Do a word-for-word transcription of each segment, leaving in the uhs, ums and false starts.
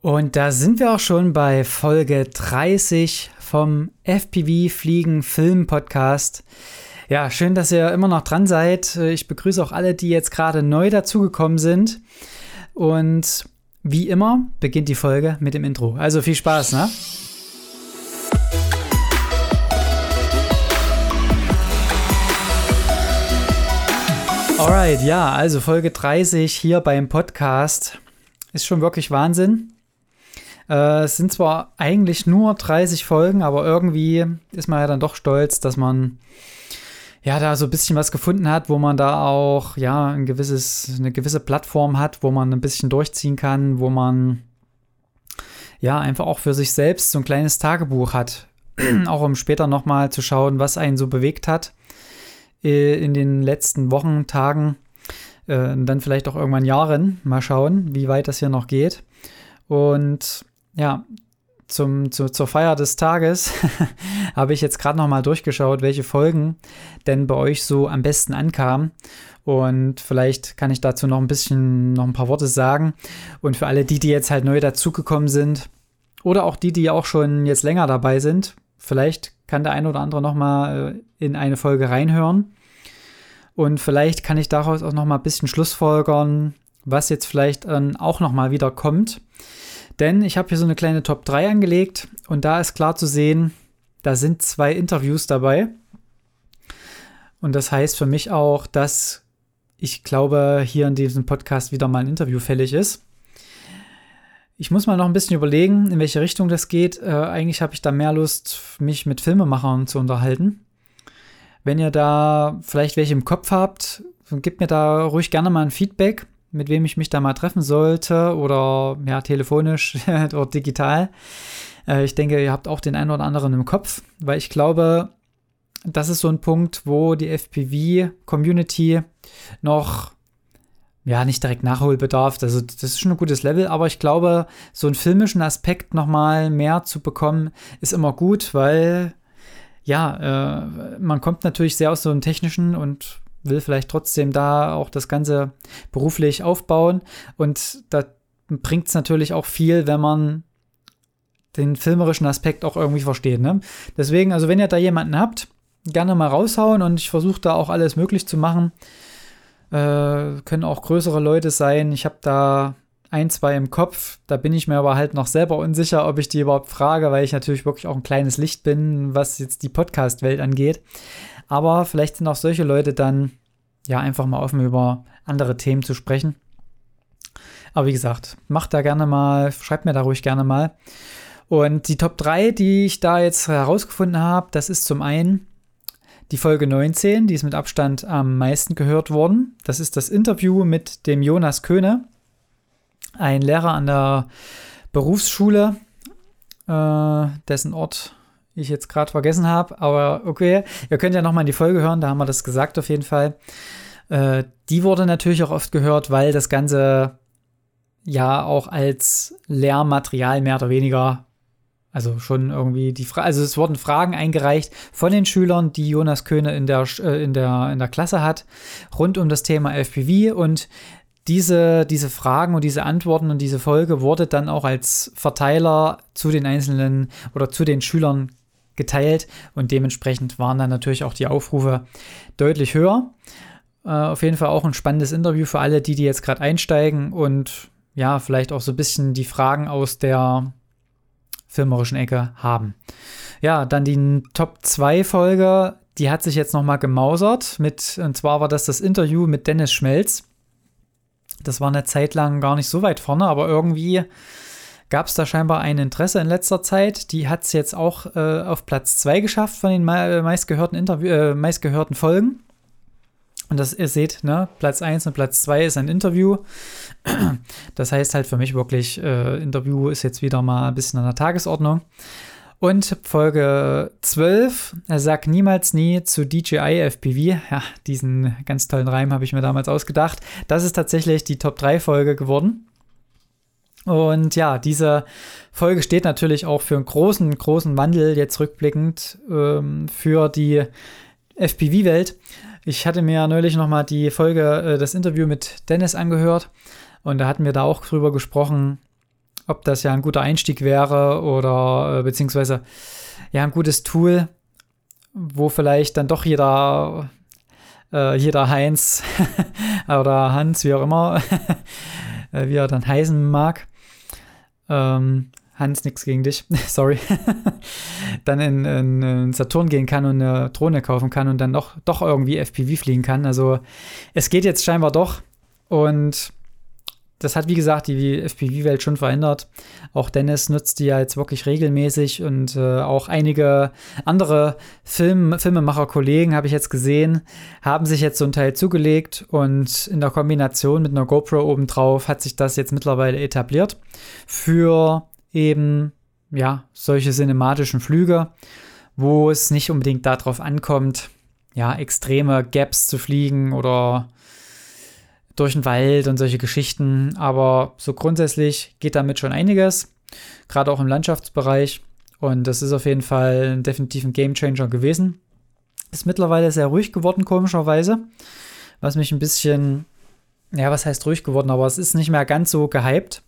Und da sind wir auch schon bei Folge dreißig vom F P V Fliegen Film Podcast. Ja, schön, dass ihr immer noch dran seid. Ich begrüße auch alle, die jetzt gerade neu dazugekommen sind. Und wie immer beginnt die Folge mit dem Intro. Also viel Spaß, ne? Alright, ja, also Folge dreißig hier beim Podcast ist schon wirklich Wahnsinn. Äh, es sind zwar eigentlich nur dreißig Folgen, aber irgendwie ist man ja dann doch stolz, dass man ja da so ein bisschen was gefunden hat, wo man da auch ja ein gewisses, eine gewisse Plattform hat, wo man ein bisschen durchziehen kann, wo man ja einfach auch für sich selbst so ein kleines Tagebuch hat, auch um später nochmal zu schauen, was einen so bewegt hat in den letzten Wochen, Tagen, äh, dann vielleicht auch irgendwann Jahren. Mal schauen, wie weit das hier noch geht. Und ja, zum, zu, zur Feier des Tages habe ich jetzt gerade noch mal durchgeschaut, welche Folgen denn bei euch so am besten ankamen. Und vielleicht kann ich dazu noch ein bisschen, noch ein paar Worte sagen. Und für alle die, die jetzt halt neu dazugekommen sind oder auch die, die auch schon jetzt länger dabei sind, vielleicht kann der eine oder andere noch mal in eine Folge reinhören. Und vielleicht kann ich daraus auch noch mal ein bisschen schlussfolgern, was jetzt vielleicht ähm, auch noch mal wieder kommt. Denn ich habe hier so eine kleine Top drei angelegt und da ist klar zu sehen, da sind zwei Interviews dabei. Und das heißt für mich auch, dass ich glaube, hier in diesem Podcast wieder mal ein Interview fällig ist. Ich muss mal noch ein bisschen überlegen, in welche Richtung das geht. Äh, eigentlich habe ich da mehr Lust, mich mit Filmemachern zu unterhalten. Wenn ihr da vielleicht welche im Kopf habt, gebt mir da ruhig gerne mal ein Feedback, mit wem ich mich da mal treffen sollte oder ja, telefonisch oder digital. Äh, ich denke, ihr habt auch den einen oder anderen im Kopf, weil ich glaube, das ist so ein Punkt, wo die F P V-Community noch ja, nicht direkt Nachholbedarf, also das ist schon ein gutes Level, aber ich glaube, so einen filmischen Aspekt nochmal mehr zu bekommen, ist immer gut, weil ja, äh, man kommt natürlich sehr aus so einem technischen und will vielleicht trotzdem da auch das Ganze beruflich aufbauen und da bringt es natürlich auch viel, wenn man den filmerischen Aspekt auch irgendwie versteht, ne? Deswegen, also wenn ihr da jemanden habt, gerne mal raushauen und ich versuche da auch alles möglich zu machen. Äh, können auch größere Leute sein. Ich habe da ein, zwei im Kopf. Da bin ich mir aber halt noch selber unsicher, ob ich die überhaupt frage, weil ich natürlich wirklich auch ein kleines Licht bin, was jetzt die Podcast-Welt angeht. Aber vielleicht sind auch solche Leute dann ja einfach mal offen, über andere Themen zu sprechen. Aber wie gesagt, macht da gerne mal, schreibt mir da ruhig gerne mal. Und die Top drei, die ich da jetzt herausgefunden habe, das ist zum einen die Folge neunzehn, die ist mit Abstand am meisten gehört worden. Das ist das Interview mit dem Jonas Köhne, ein Lehrer an der Berufsschule, äh, dessen Ort ich jetzt gerade vergessen habe. Aber okay, ihr könnt ja nochmal in die Folge hören, da haben wir das gesagt auf jeden Fall. Äh, die wurde natürlich auch oft gehört, weil das Ganze ja auch als Lehrmaterial mehr oder weniger, also schon irgendwie die Fra- also es wurden Fragen eingereicht von den Schülern, die Jonas Köhne in der, äh, in der, in der Klasse hat, rund um das Thema F P V und diese, diese Fragen und diese Antworten und diese Folge wurde dann auch als Verteiler zu den einzelnen oder zu den Schülern geteilt und dementsprechend waren dann natürlich auch die Aufrufe deutlich höher. Äh, auf jeden Fall auch ein spannendes Interview für alle, die, die jetzt gerade einsteigen und ja, vielleicht auch so ein bisschen die Fragen aus der filmerischen Ecke haben. Ja, dann die Top zwei Folge, die hat sich jetzt nochmal gemausert mit, und zwar war das das Interview mit Dennis Schmelz. Das war eine Zeit lang gar nicht so weit vorne, aber irgendwie gab es da scheinbar ein Interesse in letzter Zeit. Die hat es jetzt auch äh, auf Platz zwei geschafft von den me- meistgehörten, Interview- äh, meistgehörten Folgen. Und das, ihr seht, ne, Platz eins und Platz zwei ist ein Interview. Das heißt halt für mich wirklich, äh, Interview ist jetzt wieder mal ein bisschen an der Tagesordnung. Und Folge zwölf, sag niemals nie zu D J I F P V. Ja, diesen ganz tollen Reim habe ich mir damals ausgedacht. Das ist tatsächlich die Top drei Folge geworden. Und ja, diese Folge steht natürlich auch für einen großen, großen Wandel, jetzt rückblickend, ähm, für die F P V-Welt. Ich hatte mir neulich nochmal die Folge, äh, das Interview mit Dennis angehört und da hatten wir da auch drüber gesprochen, ob das ja ein guter Einstieg wäre oder äh, beziehungsweise ja ein gutes Tool, wo vielleicht dann doch jeder, äh, jeder Heinz oder Hans, wie auch immer, äh, wie er dann heißen mag, ähm, Hans, nix gegen dich, sorry, dann in, in, in Saturn gehen kann und eine Drohne kaufen kann und dann doch, doch irgendwie F P V fliegen kann. Also es geht jetzt scheinbar doch und das hat, wie gesagt, die F P V-Welt schon verändert. Auch Dennis nutzt die ja jetzt wirklich regelmäßig und äh, auch einige andere Film, Filmemacher-Kollegen, habe ich jetzt gesehen, haben sich jetzt so ein Teil zugelegt und in der Kombination mit einer GoPro obendrauf hat sich das jetzt mittlerweile etabliert für eben, ja, solche cinematischen Flüge, wo es nicht unbedingt darauf ankommt, ja, extreme Gaps zu fliegen oder durch den Wald und solche Geschichten, aber so grundsätzlich geht damit schon einiges, gerade auch im Landschaftsbereich und das ist auf jeden Fall definitiv ein Gamechanger gewesen. Ist mittlerweile sehr ruhig geworden, komischerweise, was mich ein bisschen, ja, was heißt ruhig geworden, aber es ist nicht mehr ganz so gehypt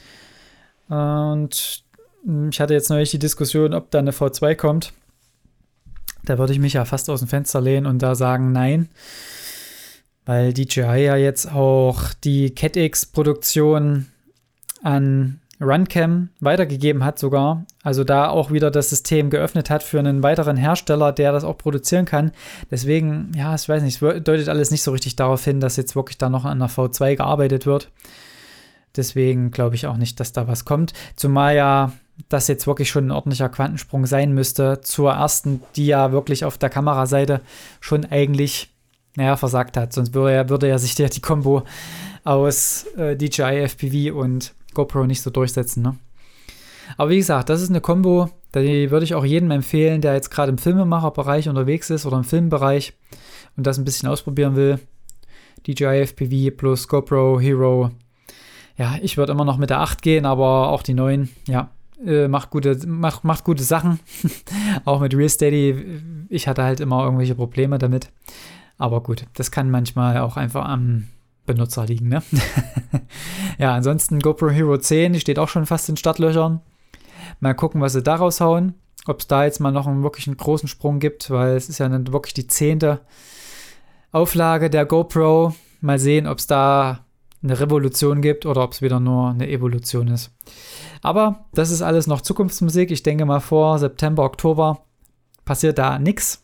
und ich hatte jetzt neulich die Diskussion, ob da eine V zwei kommt, da würde ich mich ja fast aus dem Fenster lehnen und da sagen, nein, weil D J I ja jetzt auch die CatX-Produktion an Runcam weitergegeben hat sogar. Also da auch wieder das System geöffnet hat für einen weiteren Hersteller, der das auch produzieren kann. Deswegen, ja, ich weiß nicht, es deutet alles nicht so richtig darauf hin, dass jetzt wirklich da noch an der V zwei gearbeitet wird. Deswegen glaube ich auch nicht, dass da was kommt. Zumal ja das jetzt wirklich schon ein ordentlicher Quantensprung sein müsste zur ersten, die ja wirklich auf der Kameraseite schon eigentlich naja, versagt hat. Sonst würde ja, würde ja sich ja die Kombo aus äh, D J I, F P V und GoPro nicht so durchsetzen. Ne? Aber wie gesagt, das ist eine Kombo, die würde ich auch jedem empfehlen, der jetzt gerade im Filmemacherbereich unterwegs ist oder im Filmbereich und das ein bisschen ausprobieren will. D J I, F P V plus GoPro Hero. Ja, ich würde immer noch mit der acht gehen, aber auch die neun, ja, äh, macht, gute, macht, macht gute Sachen. Auch mit RealSteady. Ich hatte halt immer irgendwelche Probleme damit. Aber gut, das kann manchmal auch einfach am Benutzer liegen, ne? Ja, ansonsten GoPro Hero zehn, die steht auch schon fast in Startlöchern. Mal gucken, was sie da raushauen. Ob es da jetzt mal noch einen wirklich einen großen Sprung gibt, weil es ist ja dann wirklich die zehnte Auflage der GoPro. Mal sehen, ob es da eine Revolution gibt oder ob es wieder nur eine Evolution ist. Aber das ist alles noch Zukunftsmusik. Ich denke mal vor September, Oktober passiert da nichts.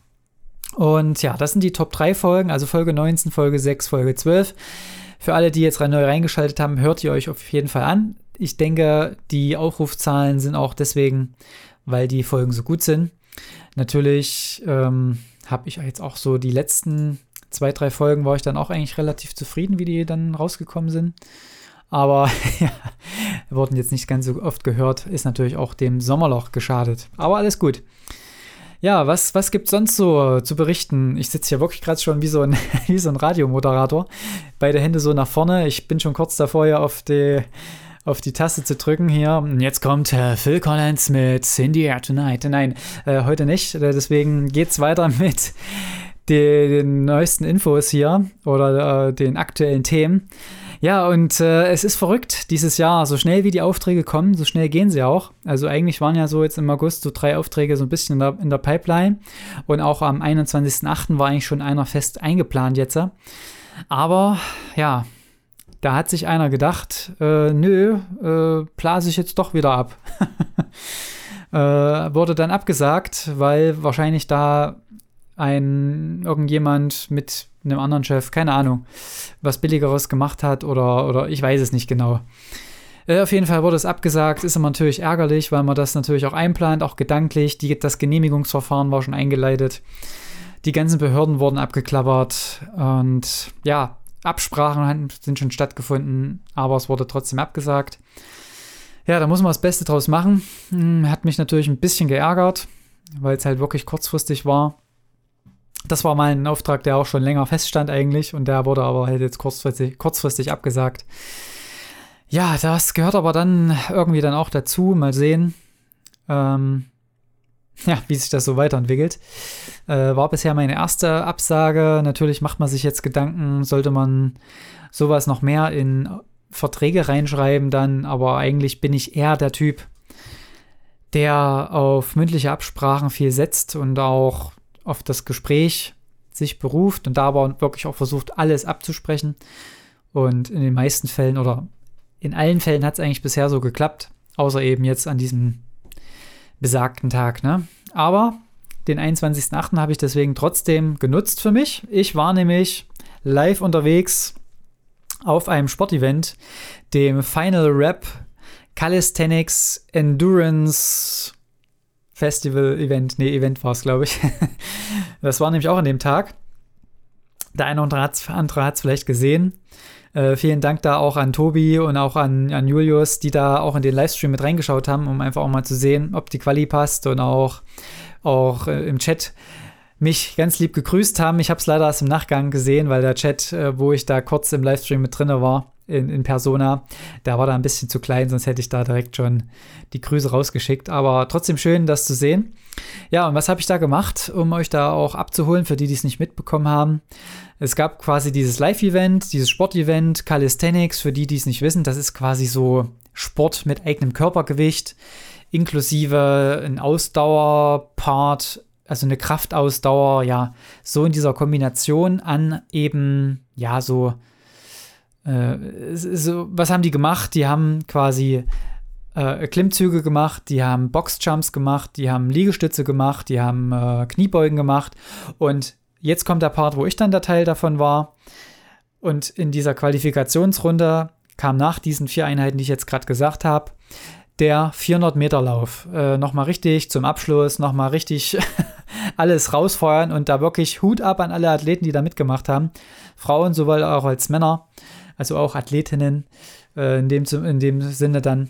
Und ja, das sind die Top drei Folgen, also Folge neunzehn, Folge sechs, Folge zwölf. Für alle, die jetzt neu reingeschaltet haben, hört ihr euch auf jeden Fall an. Ich denke, die Aufrufzahlen sind auch deswegen, weil die Folgen so gut sind. Natürlich ähm, habe ich jetzt auch so die letzten zwei, drei Folgen, war ich dann auch eigentlich relativ zufrieden, wie die dann rausgekommen sind. Aber ja, wurden jetzt nicht ganz so oft gehört, ist natürlich auch dem Sommerloch geschadet. Aber alles gut. Ja, was, was gibt es sonst so zu berichten? Ich sitze hier wirklich gerade schon wie so ein, wie so ein Radiomoderator. Beide Hände so nach vorne. Ich bin schon kurz davor, hier auf die, auf die Taste zu drücken. Hier. Und jetzt kommt äh, Phil Collins mit In the Air Tonight. Nein, äh, heute nicht. Deswegen geht's weiter mit den, den neuesten Infos hier oder äh, den aktuellen Themen. Ja, und äh, es ist verrückt dieses Jahr. So schnell wie die Aufträge kommen, so schnell gehen sie auch. Also eigentlich waren ja so jetzt im August so drei Aufträge so ein bisschen in der, in der Pipeline. Und auch am einundzwanzigsten achten war eigentlich schon einer fest eingeplant jetzt. Aber ja, da hat sich einer gedacht, äh, nö, äh, blase ich jetzt doch wieder ab. äh, wurde dann abgesagt, weil wahrscheinlich da ein irgendjemand mit einem anderen Chef, keine Ahnung, was Billigeres gemacht hat oder, oder ich weiß es nicht genau. Äh, auf jeden Fall wurde es abgesagt, ist immer natürlich ärgerlich, weil man das natürlich auch einplant, auch gedanklich. Die, das Genehmigungsverfahren war schon eingeleitet. Die ganzen Behörden wurden abgeklappert und ja, Absprachen sind schon stattgefunden, aber es wurde trotzdem abgesagt. Ja, da muss man das Beste draus machen. Hm, hat mich natürlich ein bisschen geärgert, weil es halt wirklich kurzfristig war. Das war mal ein Auftrag, der auch schon länger feststand eigentlich und der wurde aber halt jetzt kurzfristig, kurzfristig abgesagt. Ja, das gehört aber dann irgendwie dann auch dazu. Mal sehen, ähm, ja, wie sich das so weiterentwickelt. Äh, war bisher meine erste Absage. Natürlich macht man sich jetzt Gedanken, sollte man sowas noch mehr in Verträge reinschreiben dann, aber eigentlich bin ich eher der Typ, der auf mündliche Absprachen viel setzt und auch auf das Gespräch sich beruft und da aber wirklich auch versucht, alles abzusprechen. Und in den meisten Fällen oder in allen Fällen hat es eigentlich bisher so geklappt, außer eben jetzt an diesem besagten Tag, ne? Aber den einundzwanzigsten achten habe ich deswegen trotzdem genutzt für mich. Ich war nämlich live unterwegs auf einem Sportevent, dem Final Rap Calisthenics Endurance Festival Event. Nee, Event war es, glaube ich. Das war nämlich auch an dem Tag. Der eine oder andere hat es vielleicht gesehen. Äh, vielen Dank da auch an Tobi und auch an, an Julius, die da auch in den Livestream mit reingeschaut haben, um einfach auch mal zu sehen, ob die Quali passt und auch, auch äh, im Chat mich ganz lieb gegrüßt haben. Ich habe es leider erst im Nachgang gesehen, weil der Chat, äh, wo ich da kurz im Livestream mit drin war, in, in Persona, der war da ein bisschen zu klein, sonst hätte ich da direkt schon die Grüße rausgeschickt. Aber trotzdem schön, das zu sehen. Ja, und was habe ich da gemacht, um euch da auch abzuholen, für die, die es nicht mitbekommen haben? Es gab quasi dieses Live-Event, dieses Sport-Event, Calisthenics, für die, die es nicht wissen, das ist quasi so Sport mit eigenem Körpergewicht, inklusive ein Ausdauerpart, also eine Kraftausdauer, ja, so in dieser Kombination an eben, ja, so, äh, so was haben die gemacht? Die haben quasi äh, Klimmzüge gemacht, die haben Boxjumps gemacht, die haben Liegestütze gemacht, die haben äh, Kniebeugen gemacht und jetzt kommt der Part, wo ich dann der Teil davon war und in dieser Qualifikationsrunde kam nach diesen vier Einheiten, die ich jetzt gerade gesagt habe, der vierhundert Meter Lauf. Äh, nochmal richtig zum Abschluss, nochmal richtig alles rausfeuern und da wirklich Hut ab an alle Athleten, die da mitgemacht haben. Frauen sowohl auch als Männer, also auch Athletinnen äh, in, dem, in dem Sinne dann.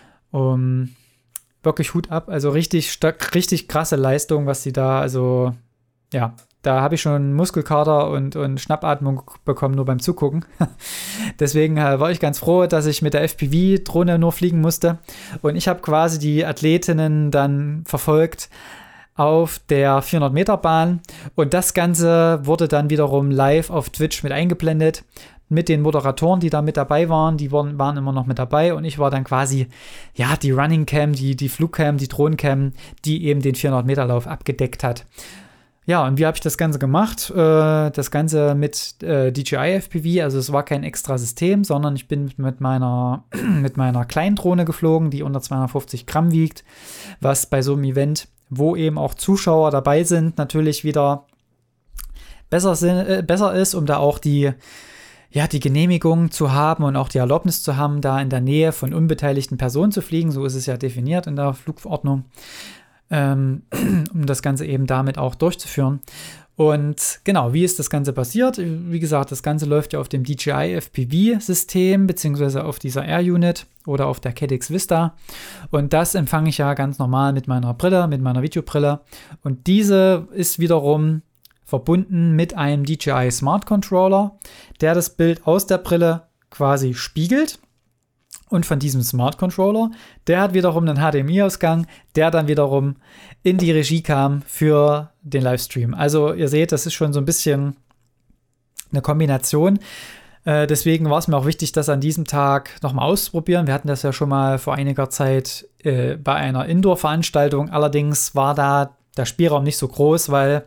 Um, wirklich Hut ab, also richtig stark, richtig krasse Leistung, was sie da, also ja, da habe ich schon Muskelkater und, und Schnappatmung bekommen, nur beim Zugucken. Deswegen äh, war ich ganz froh, dass ich mit der F P V-Drohne nur fliegen musste. Und ich habe quasi die Athletinnen dann verfolgt auf der vierhundert Meter Bahn. Und das Ganze wurde dann wiederum live auf Twitch mit eingeblendet. Mit den Moderatoren, die da mit dabei waren. Die waren, waren immer noch mit dabei. Und ich war dann quasi, ja, die Running Cam, die, die Flugcam, die Drohnencam, die eben den vierhundert Meter Lauf abgedeckt hat. Ja, und wie habe ich das Ganze gemacht? Äh, das Ganze mit äh, D J I F P V, also es war kein extra System, sondern ich bin mit meiner, mit meiner kleinen Drohne geflogen, die unter zweihundertfünfzig Gramm wiegt, was bei so einem Event, wo eben auch Zuschauer dabei sind, natürlich wieder besser, äh, besser ist, um da auch die, ja, die Genehmigung zu haben und auch die Erlaubnis zu haben, da in der Nähe von unbeteiligten Personen zu fliegen. So ist es ja definiert in der Flugverordnung. Um das Ganze eben damit auch durchzuführen. Und genau, wie ist das Ganze passiert? Wie gesagt, das Ganze läuft ja auf dem D J I F P V-System, beziehungsweise auf dieser Air-Unit oder auf der C A D X Vista. Und das empfange ich ja ganz normal mit meiner Brille, mit meiner Videobrille. Und diese ist wiederum verbunden mit einem D J I Smart Controller, der das Bild aus der Brille quasi spiegelt. Und von diesem Smart Controller, der hat wiederum einen H D M I-Ausgang, der dann wiederum in die Regie kam für den Livestream. Also ihr seht, das ist schon so ein bisschen eine Kombination. Äh, deswegen war es mir auch wichtig, das an diesem Tag nochmal auszuprobieren. Wir hatten das ja schon mal vor einiger Zeit äh, bei einer Indoor-Veranstaltung. Allerdings war da der Spielraum nicht so groß, weil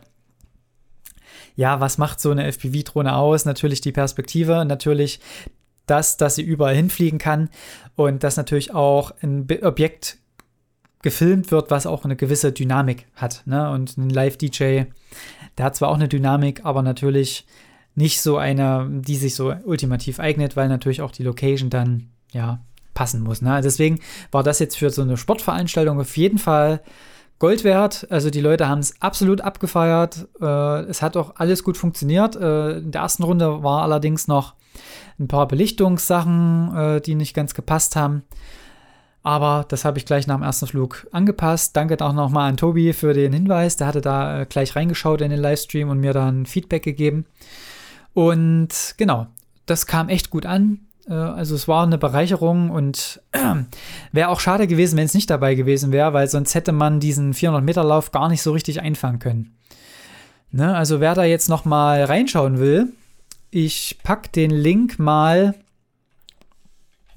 ja, was macht so eine F P V-Drohne aus? Natürlich die Perspektive, natürlich das, dass sie überall hinfliegen kann und dass natürlich auch ein Objekt gefilmt wird, was auch eine gewisse Dynamik hat. Ne? Und ein Live-D J, der hat zwar auch eine Dynamik, aber natürlich nicht so eine, die sich so ultimativ eignet, weil natürlich auch die Location dann ja passen muss. Ne? Deswegen war das jetzt für so eine Sportveranstaltung auf jeden Fall Gold wert. Also die Leute haben es absolut abgefeiert. Äh, es hat auch alles gut funktioniert. Äh, in der ersten Runde war allerdings noch ein paar Belichtungssachen, äh, die nicht ganz gepasst haben. Aber das habe ich gleich nach dem ersten Flug angepasst. Danke auch nochmal an Tobi für den Hinweis. Der hatte da äh, gleich reingeschaut in den Livestream und mir dann Feedback gegeben. Und genau, das kam echt gut an. Äh, also es war eine Bereicherung und äh, wäre auch schade gewesen, wenn es nicht dabei gewesen wäre, weil sonst hätte man diesen vierhundert Meter Lauf gar nicht so richtig einfangen können. Ne? Also wer da jetzt nochmal reinschauen will, ich packe den Link mal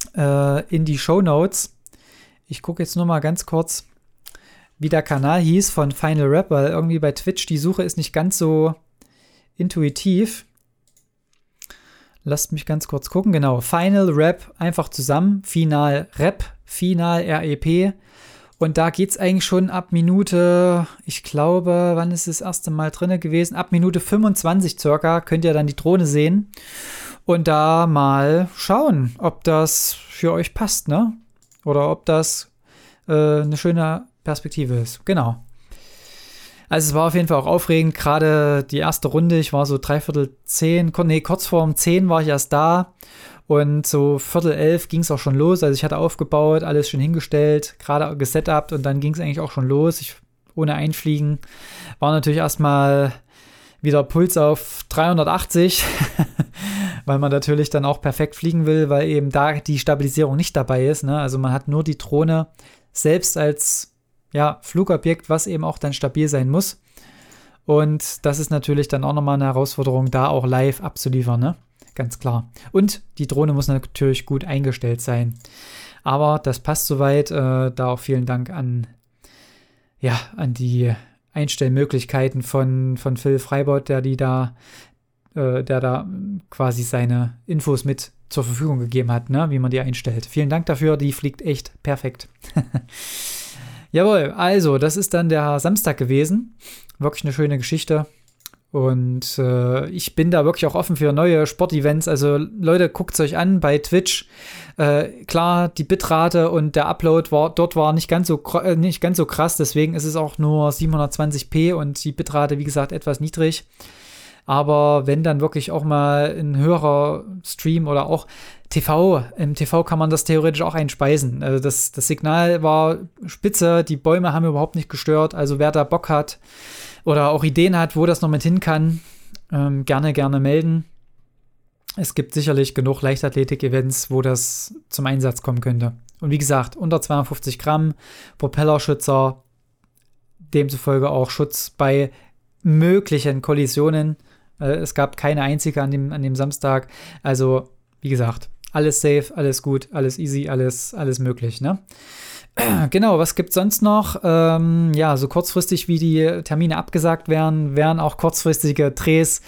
äh, in die Shownotes. Ich gucke jetzt nur mal ganz kurz, wie der Kanal hieß von Final Rap, weil irgendwie bei Twitch die Suche ist nicht ganz so intuitiv. Lasst mich ganz kurz gucken. Genau, Final Rap, einfach zusammen. Final Rap, Final R E P. Und da geht es eigentlich schon ab Minute, ich glaube, wann ist das erste Mal drin gewesen? Ab Minute fünfundzwanzig circa könnt ihr dann die Drohne sehen und da mal schauen, ob das für euch passt, ne? Oder ob das äh, eine schöne Perspektive ist. Genau. Also es war auf jeden Fall auch aufregend, gerade die erste Runde, ich war so dreiviertel zehn, nee, kurz vorm zehn war ich erst da und so viertel elf ging es auch schon los, also ich hatte aufgebaut, alles schön hingestellt, gerade gesetupt und dann ging es eigentlich auch schon los, ich, ohne Einfliegen, war natürlich erstmal wieder Puls auf dreihundertachtzig, weil man natürlich dann auch perfekt fliegen will, weil eben da die Stabilisierung nicht dabei ist, ne? Also man hat nur die Drohne selbst als ja, Flugobjekt, was eben auch dann stabil sein muss. Und das ist natürlich dann auch nochmal eine Herausforderung, da auch live abzuliefern, ne? Ganz klar. Und die Drohne muss natürlich gut eingestellt sein. Aber das passt soweit. Äh, da auch vielen Dank an, ja, an die Einstellmöglichkeiten von, von Phil Freibott, der die da, äh, der da quasi seine Infos mit zur Verfügung gegeben hat, ne? Wie man die einstellt. Vielen Dank dafür, die fliegt echt perfekt. Jawohl, also das ist dann der Samstag gewesen. Wirklich eine schöne Geschichte. Und äh, ich bin da wirklich auch offen für neue Sportevents. Also Leute, guckt es euch an bei Twitch. Äh, klar, die Bitrate und der Upload war, dort war nicht ganz so äh, nicht ganz so krass. Deswegen ist es auch nur siebenhundertzwanzig p und die Bitrate, wie gesagt, etwas niedrig. Aber wenn dann wirklich auch mal ein höherer Stream oder auch T V, im T V kann man das theoretisch auch einspeisen. Also das, das Signal war spitze, die Bäume haben überhaupt nicht gestört. Also wer da Bock hat oder auch Ideen hat, wo das noch mit hin kann, ähm, gerne, gerne melden. Es gibt sicherlich genug Leichtathletik-Events, wo das zum Einsatz kommen könnte. Und wie gesagt, unter zweihundertfünfzig Gramm, Propellerschützer, demzufolge auch Schutz bei möglichen Kollisionen. Äh, es gab keine einzige an dem, an dem Samstag. Also, wie gesagt, alles safe, alles gut, alles easy, alles, alles möglich, ne? Genau, was gibt's sonst noch? Ähm, ja, so kurzfristig wie die Termine abgesagt werden, werden auch kurzfristige Drehs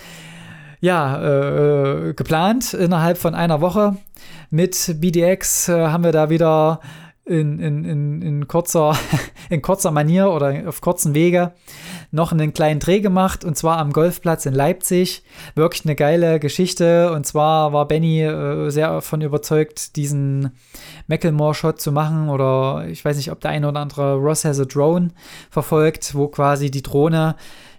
ja, äh, geplant innerhalb von einer Woche. Mit B D X äh, haben wir da wieder in, in, in, in, kurzer, in kurzer Manier oder auf kurzen Wege noch einen kleinen Dreh gemacht, und zwar am Golfplatz in Leipzig. Wirklich eine geile Geschichte, und zwar war Benny äh, sehr davon überzeugt, diesen Macklemore-Shot zu machen, oder ich weiß nicht, ob der eine oder andere Ross Has a Drone verfolgt, wo quasi die Drohne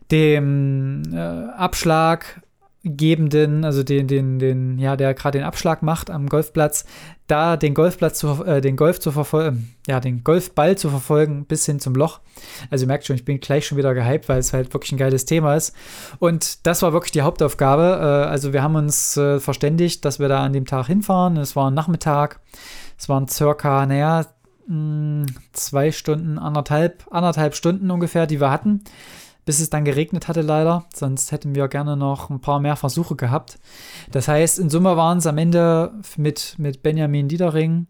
dem äh, Abschlag gebenden, also den, den, den, ja, der gerade den Abschlag macht am Golfplatz, da den Golfplatz zu, äh, den Golf zu verfolgen, ja, den Golfball zu verfolgen bis hin zum Loch. Also ihr merkt schon, ich bin gleich schon wieder gehypt, weil es halt wirklich ein geiles Thema ist. Und das war wirklich die Hauptaufgabe. Äh, also wir haben uns äh, verständigt, dass wir da an dem Tag hinfahren. Es war ein Nachmittag. Es waren circa, naja, mh, zwei Stunden, anderthalb, anderthalb Stunden ungefähr, die wir hatten, bis es dann geregnet hatte leider, sonst hätten wir gerne noch ein paar mehr Versuche gehabt. Das heißt, in Summe waren es am Ende mit, mit Benjamin Diedering,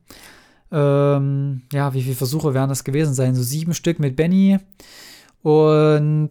ähm, ja, wie viele Versuche werden das gewesen sein? So sieben Stück mit Benny, und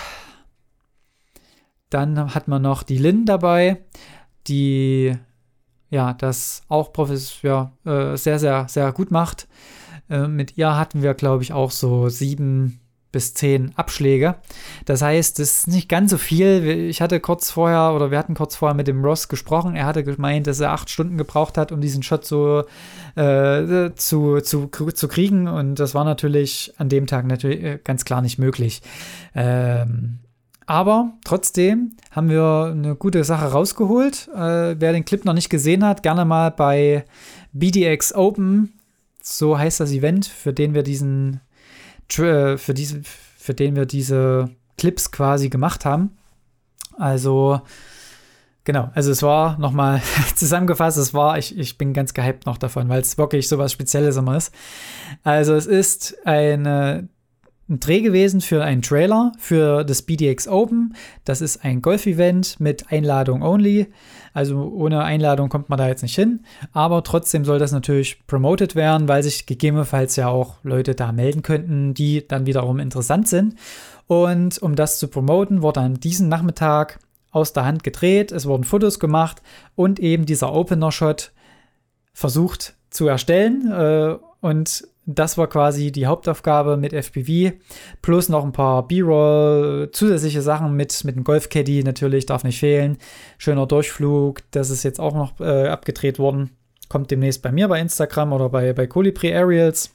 dann hat man noch die Lynn dabei, die ja das auch profes- ja, äh, sehr, sehr, sehr gut macht. Äh, mit ihr hatten wir, glaube ich, auch so sieben bis zehn Abschläge. Das heißt, es ist nicht ganz so viel. Ich hatte kurz vorher, oder wir hatten kurz vorher mit dem Ross gesprochen. Er hatte gemeint, dass er acht Stunden gebraucht hat, um diesen Shot so äh, zu, zu, zu kriegen. Und das war natürlich an dem Tag natürlich ganz klar nicht möglich. Ähm, aber trotzdem haben wir eine gute Sache rausgeholt. Äh, wer den Clip noch nicht gesehen hat, gerne mal bei B D X Open, so heißt das Event, für den wir diesen für diese, für den wir diese Clips quasi gemacht haben. Also, genau, also es war nochmal zusammengefasst, es war, ich, ich bin ganz gehypt noch davon, weil es wirklich sowas Spezielles immer ist. Also es ist eine ein Dreh gewesen für einen Trailer für das B D X Open. Das ist ein Golf-Event mit Einladung only. Also ohne Einladung kommt man da jetzt nicht hin. Aber trotzdem soll das natürlich promoted werden, weil sich gegebenenfalls ja auch Leute da melden könnten, die dann wiederum interessant sind. Und um das zu promoten, wurde an diesem Nachmittag aus der Hand gedreht. Es wurden Fotos gemacht und eben dieser Opener-Shot versucht zu erstellen. Äh, und das war quasi die Hauptaufgabe mit F P V, plus noch ein paar B-Roll, zusätzliche Sachen mit, mit dem Golf-Caddy natürlich, darf nicht fehlen. Schöner Durchflug, das ist jetzt auch noch äh, abgedreht worden. Kommt demnächst bei mir bei Instagram oder bei, bei Colibri Aerials.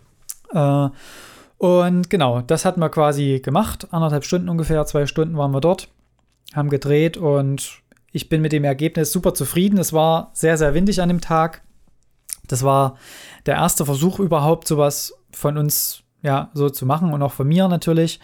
Äh, und genau, das hatten wir quasi gemacht. Anderthalb Stunden ungefähr, zwei Stunden waren wir dort, haben gedreht und ich bin mit dem Ergebnis super zufrieden. Es war sehr, sehr windig an dem Tag. Das war der erste Versuch überhaupt, sowas von uns ja so zu machen und auch von mir natürlich.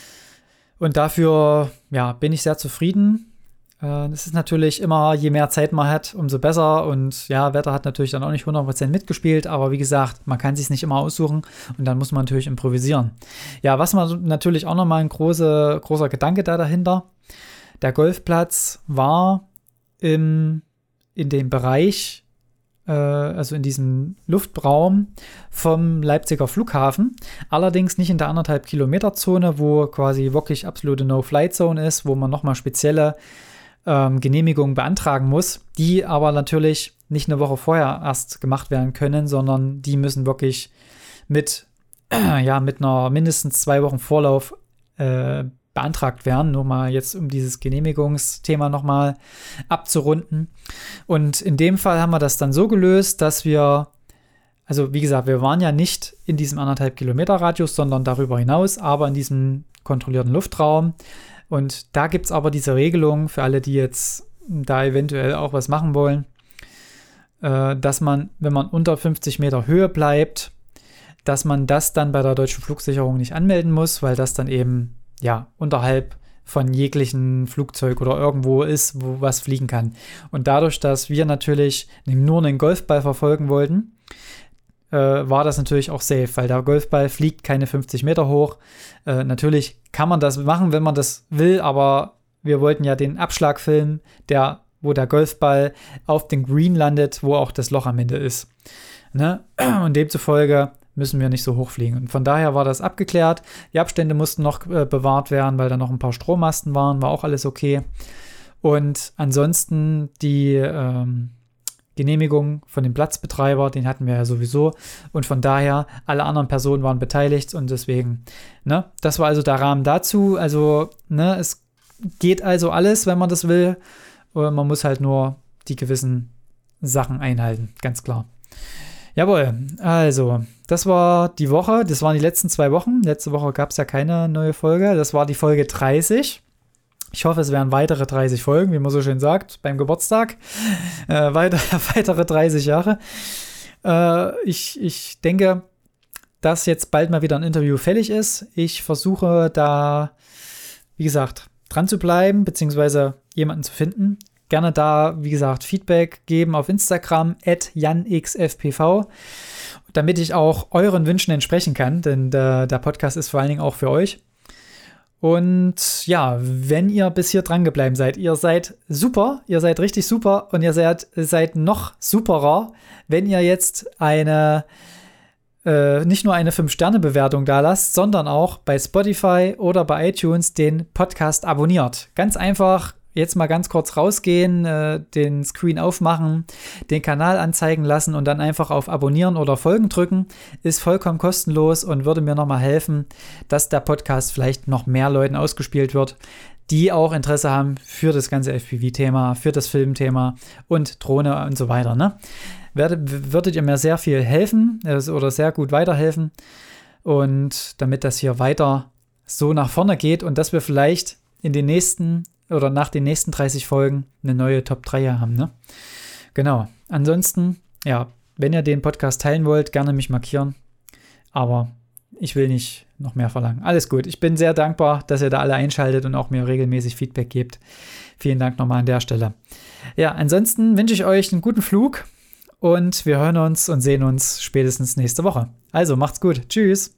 Und dafür ja, bin ich sehr zufrieden. Äh, das ist natürlich immer, je mehr Zeit man hat, umso besser. Und ja, Wetter hat natürlich dann auch nicht hundert Prozent mitgespielt. Aber wie gesagt, man kann es sich nicht immer aussuchen und dann muss man natürlich improvisieren. Ja, was man natürlich auch nochmal ein große, großer Gedanke da dahinter. Der Golfplatz war im, in dem Bereich, also in diesem Luftraum vom Leipziger Flughafen, allerdings nicht in der anderthalb Kilometer Zone, wo quasi wirklich absolute No-Flight-Zone ist, wo man nochmal spezielle ähm, Genehmigungen beantragen muss, die aber natürlich nicht eine Woche vorher erst gemacht werden können, sondern die müssen wirklich mit, äh, ja, mit einer mindestens zwei Wochen Vorlauf äh, beantragt werden, nur mal jetzt um dieses Genehmigungsthema nochmal abzurunden. Und in dem Fall haben wir das dann so gelöst, dass wir, also wie gesagt, wir waren ja nicht in diesem anderthalb Kilometer Radius, sondern darüber hinaus, aber in diesem kontrollierten Luftraum. Und da gibt es aber diese Regelung für alle, die jetzt da eventuell auch was machen wollen, äh, dass man, wenn man unter fünfzig Meter Höhe bleibt, dass man das dann bei der Deutschen Flugsicherung nicht anmelden muss, weil das dann eben ja, unterhalb von jeglichen Flugzeug oder irgendwo ist, wo was fliegen kann. Und dadurch, dass wir natürlich nur einen Golfball verfolgen wollten, äh, war das natürlich auch safe, weil der Golfball fliegt keine fünfzig Meter hoch. Äh, natürlich kann man das machen, wenn man das will, aber wir wollten ja den Abschlag filmen, der, wo der Golfball auf den Green landet, wo auch das Loch am Ende ist. Ne? Und demzufolge müssen wir nicht so hoch fliegen. Und von daher war das abgeklärt. Die Abstände mussten noch äh, bewahrt werden, weil da noch ein paar Strommasten waren, war auch alles okay. Und ansonsten die ähm, Genehmigung von dem Platzbetreiber, den hatten wir ja sowieso. Und von daher, alle anderen Personen waren beteiligt und deswegen, ne, das war also der Rahmen dazu. Also, ne, es geht also alles, wenn man das will. Und man muss halt nur die gewissen Sachen einhalten, ganz klar. Jawohl, also, das war die Woche, das waren die letzten zwei Wochen. Letzte Woche gab es ja keine neue Folge, das war die Folge dreißig. Ich hoffe, es werden weitere dreißig Folgen, wie man so schön sagt, beim Geburtstag. Äh, weiter, weitere dreißig Jahre. Äh, ich, ich denke, dass jetzt bald mal wieder ein Interview fällig ist. Ich versuche da, wie gesagt, dran zu bleiben, beziehungsweise jemanden zu finden. Gerne da, wie gesagt, Feedback geben auf Instagram at janxfpv, damit ich auch euren Wünschen entsprechen kann, denn der, der Podcast ist vor allen Dingen auch für euch. Und ja, wenn ihr bis hier dran geblieben seid, ihr seid super, ihr seid richtig super und ihr seid, seid noch superer, wenn ihr jetzt eine, äh, nicht nur eine fünf Sterne Bewertung da lasst, sondern auch bei Spotify oder bei iTunes den Podcast abonniert. Ganz einfach. Jetzt mal ganz kurz rausgehen, äh, den Screen aufmachen, den Kanal anzeigen lassen und dann einfach auf Abonnieren oder Folgen drücken. Ist vollkommen kostenlos und würde mir nochmal helfen, dass der Podcast vielleicht noch mehr Leuten ausgespielt wird, die auch Interesse haben für das ganze F P V-Thema, für das Filmthema und Drohne und so weiter. Ne? Werdet, würdet ihr mir sehr viel helfen äh, oder sehr gut weiterhelfen und damit das hier weiter so nach vorne geht und dass wir vielleicht in den nächsten oder nach den nächsten dreißig Folgen eine neue Top drei haben, ne? Genau. Ansonsten, ja, wenn ihr den Podcast teilen wollt, gerne mich markieren. Aber ich will nicht noch mehr verlangen. Alles gut. Ich bin sehr dankbar, dass ihr da alle einschaltet und auch mir regelmäßig Feedback gebt. Vielen Dank nochmal an der Stelle. Ja, ansonsten wünsche ich euch einen guten Flug und wir hören uns und sehen uns spätestens nächste Woche. Also, macht's gut. Tschüss.